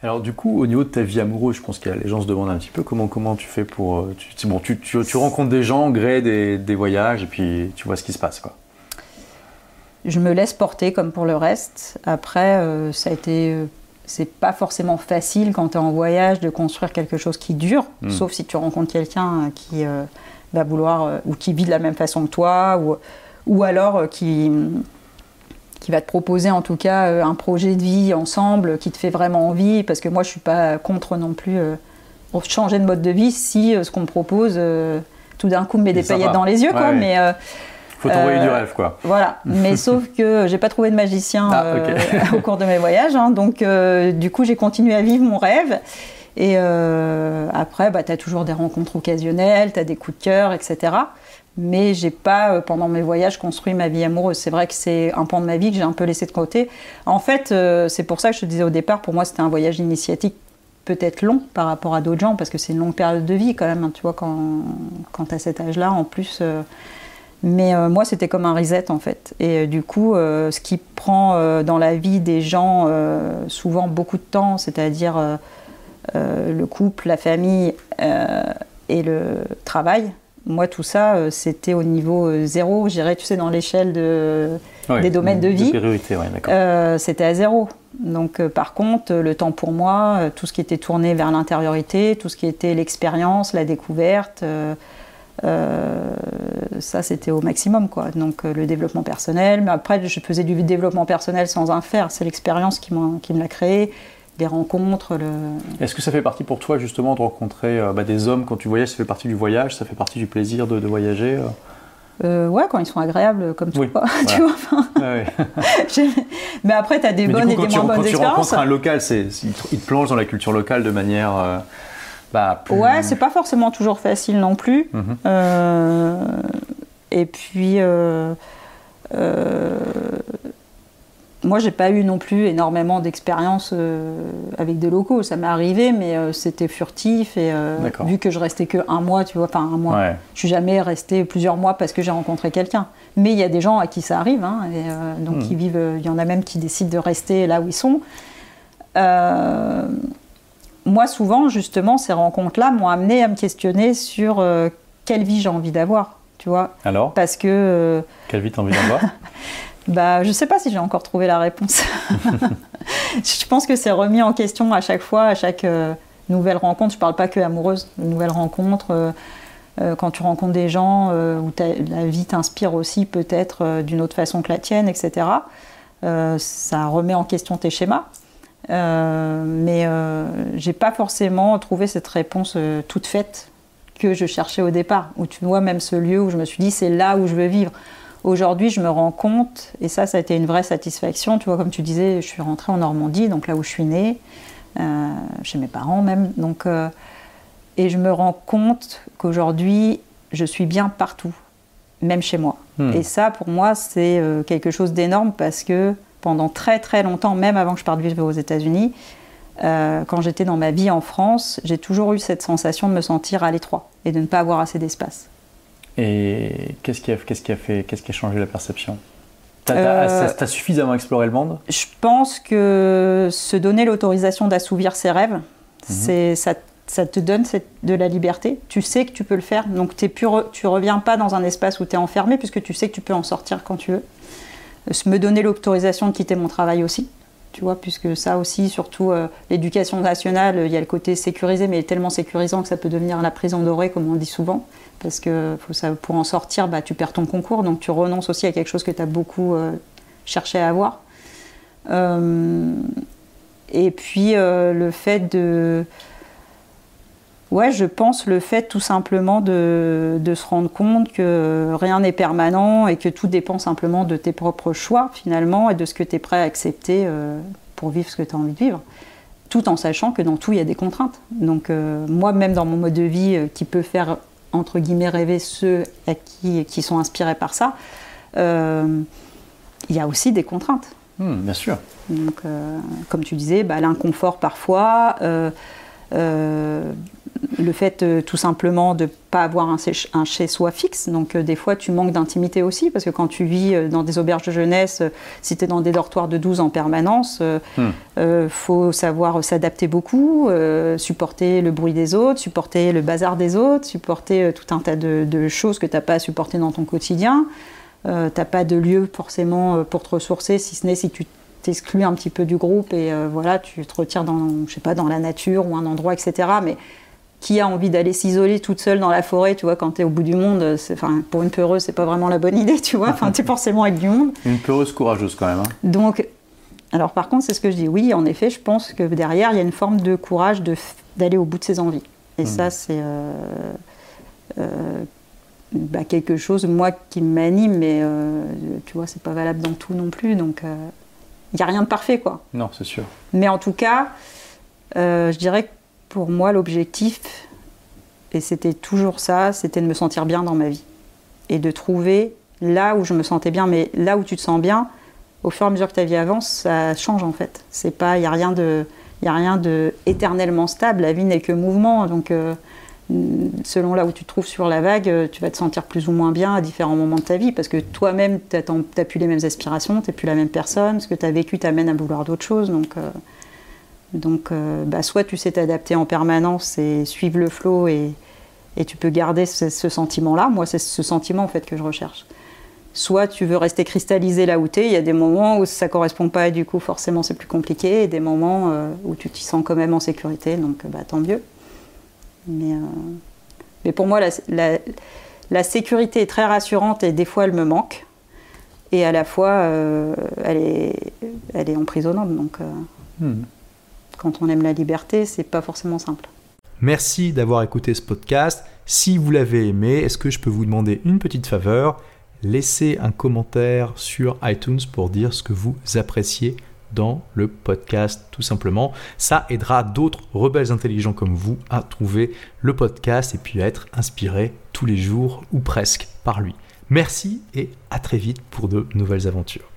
Alors du coup, au niveau de ta vie amoureuse, je pense que les gens se demandent un petit peu comment tu fais pour... Tu rencontres des gens au gré des voyages et puis tu vois ce qui se passe, quoi. Je me laisse porter comme pour le reste. Après, c'est pas forcément facile quand tu es en voyage de construire quelque chose qui dure, sauf si tu rencontres quelqu'un qui va vouloir, ou qui vit de la même façon que toi, ou alors qui va te proposer en tout cas un projet de vie ensemble qui te fait vraiment envie, parce que moi je suis pas contre non plus changer de mode de vie si ce qu'on me propose tout d'un coup me met des paillettes dans les yeux, quoi. Ouais. Mais faut t'envoyer du rêve, quoi. Voilà, mais sauf que j'ai pas trouvé de magicien au cours de mes voyages, hein, donc du coup j'ai continué à vivre mon rêve. Et après, tu as toujours des rencontres occasionnelles, tu as des coups de cœur, etc. Mais j'ai pas, pendant mes voyages, construit ma vie amoureuse. C'est vrai que c'est un pan de ma vie que j'ai un peu laissé de côté. En fait, c'est pour ça que je te disais au départ, pour moi, c'était un voyage initiatique peut-être long par rapport à d'autres gens, parce que c'est une longue période de vie quand même, hein, tu vois, quand tu as cet âge-là, en plus. Mais moi, c'était comme un reset, en fait. Et du coup, ce qui prend dans la vie des gens souvent beaucoup de temps, c'est-à-dire le couple, la famille et le travail, moi, tout ça, c'était au niveau zéro, je dirais, tu sais, dans l'échelle des domaines de vie. De priorité, ouais, d'accord. C'était à zéro. Donc, par contre, le temps pour moi, tout ce qui était tourné vers l'intériorité, tout ce qui était l'expérience, la découverte, ça, c'était au maximum, quoi. Donc, le développement personnel. Mais après, je faisais du développement personnel sans en faire. C'est l'expérience qui me l'a créé. Des rencontres. Est-ce que ça fait partie pour toi justement de rencontrer des hommes quand tu voyages? Ça fait partie du voyage, ça fait partie du plaisir de voyager Ouais, quand ils sont agréables comme tout, oui, quoi. Voilà. Tu vois, enfin, mais après, tu as des bonnes et des moins bonnes expériences. Quand tu rencontres un local, il te plonge dans la culture locale de manière plus... Ouais, c'est pas forcément toujours facile non plus. Et puis... moi, j'ai pas eu non plus énormément d'expérience avec des locaux. Ça m'est arrivé, mais c'était furtif. Et vu que je restais que un mois, tu vois, enfin un mois, je suis jamais restée plusieurs mois parce que j'ai rencontré quelqu'un. Mais il y a des gens à qui ça arrive, hein, et donc qui vivent. Il y en a même qui décident de rester là où ils sont. Moi, souvent, justement, ces rencontres-là m'ont amené à me questionner sur quelle vie j'ai envie d'avoir, tu vois. Alors ? Parce que quelle vie t'as envie d'avoir ? Je ne sais pas si j'ai encore trouvé la réponse. Je pense que c'est remis en question à chaque fois, à chaque nouvelle rencontre. Je ne parle pas que amoureuse, une nouvelle rencontre. Quand tu rencontres des gens où la vie t'inspire aussi peut-être d'une autre façon que la tienne, etc. Ça remet en question tes schémas. Mais je n'ai pas forcément trouvé cette réponse toute faite que je cherchais au départ. Où tu vois même ce lieu où je me suis dit c'est là où je veux vivre. Aujourd'hui, je me rends compte, et ça a été une vraie satisfaction. Tu vois, comme tu disais, je suis rentrée en Normandie, donc là où je suis née, chez mes parents même. Donc, et je me rends compte qu'aujourd'hui, je suis bien partout, même chez moi. Et ça, pour moi, c'est quelque chose d'énorme parce que pendant très très longtemps, même avant que je parte vivre aux États-Unis, quand j'étais dans ma vie en France, j'ai toujours eu cette sensation de me sentir à l'étroit et de ne pas avoir assez d'espace. Et qu'est-ce qui a changé la perception ? T'as suffisamment exploré le monde ? Je pense que se donner l'autorisation d'assouvir ses rêves, ça te donne de la liberté. Tu sais que tu peux le faire, donc tu reviens pas dans un espace où tu es enfermé, puisque tu sais que tu peux en sortir quand tu veux. Me donner l'autorisation de quitter mon travail aussi, tu vois, puisque ça aussi, surtout l'éducation nationale, il y a le côté sécurisé, mais tellement sécurisant que ça peut devenir la prison dorée, comme on dit souvent. Parce que pour en sortir, tu perds ton concours, donc tu renonces aussi à quelque chose que tu as beaucoup cherché à avoir. Et puis le fait de... Ouais, je pense le fait tout simplement de se rendre compte que rien n'est permanent et que tout dépend simplement de tes propres choix finalement et de ce que tu es prêt à accepter pour vivre ce que tu as envie de vivre. Tout en sachant que dans tout, il y a des contraintes. Donc moi, même dans mon mode de vie qui peut faire... entre guillemets, rêver ceux qui sont inspirés par ça, il y a aussi des contraintes. Bien sûr. Donc, comme tu disais, l'inconfort parfois, le fait tout simplement de ne pas avoir un chez-soi fixe. Donc des fois, tu manques d'intimité aussi, parce que quand tu vis dans des auberges de jeunesse, si tu es dans des dortoirs de 12 en permanence, faut savoir s'adapter beaucoup, supporter le bruit des autres, supporter le bazar des autres, supporter tout un tas de choses que tu n'as pas à supporter dans ton quotidien. Tu n'as pas de lieu forcément pour te ressourcer, si ce n'est si tu t'exclus un petit peu du groupe et voilà, tu te retires dans, je sais pas, dans la nature ou un endroit, etc. Mais qui a envie d'aller s'isoler toute seule dans la forêt, tu vois, quand tu es au bout du monde, pour une peureuse, c'est pas vraiment la bonne idée, tu vois, tu es forcément avec du monde. Une peureuse courageuse quand même. Hein. Donc, alors par contre, c'est ce que je dis, oui, en effet, je pense que derrière, il y a une forme de courage d'aller au bout de ses envies. Et ça, c'est quelque chose, moi, qui m'anime, mais tu vois, c'est pas valable dans tout non plus, donc il n'y a rien de parfait, quoi. Non, c'est sûr. Mais en tout cas, je dirais que pour moi, l'objectif, et c'était toujours ça, c'était de me sentir bien dans ma vie. Et de trouver là où je me sentais bien, mais là où tu te sens bien, au fur et à mesure que ta vie avance, ça change en fait. Il n'y a rien de éternellement stable, la vie n'est que mouvement, donc selon là où tu te trouves sur la vague, tu vas te sentir plus ou moins bien à différents moments de ta vie, parce que toi-même, tu n'as plus les mêmes aspirations, tu n'es plus la même personne, ce que tu as vécu t'amène à vouloir d'autres choses, donc soit tu sais t'adapter en permanence et suivre le flow et tu peux garder ce sentiment-là. Moi, c'est ce sentiment en fait que je recherche. Soit tu veux rester cristallisé là où tu es, il y a des moments où ça ne correspond pas et du coup forcément c'est plus compliqué, et des moments où tu t'y sens quand même en sécurité, donc tant mieux. Mais pour moi, la sécurité est très rassurante et des fois elle me manque. Et à la fois, elle est emprisonnante. Donc, quand on aime la liberté, c'est pas forcément simple. Merci d'avoir écouté ce podcast. Si vous l'avez aimé, est-ce que je peux vous demander une petite faveur ? Laissez un commentaire sur iTunes pour dire ce que vous appréciez dans le podcast, tout simplement. Ça aidera d'autres rebelles intelligents comme vous à trouver le podcast et puis à être inspirés tous les jours ou presque par lui. Merci et à très vite pour de nouvelles aventures.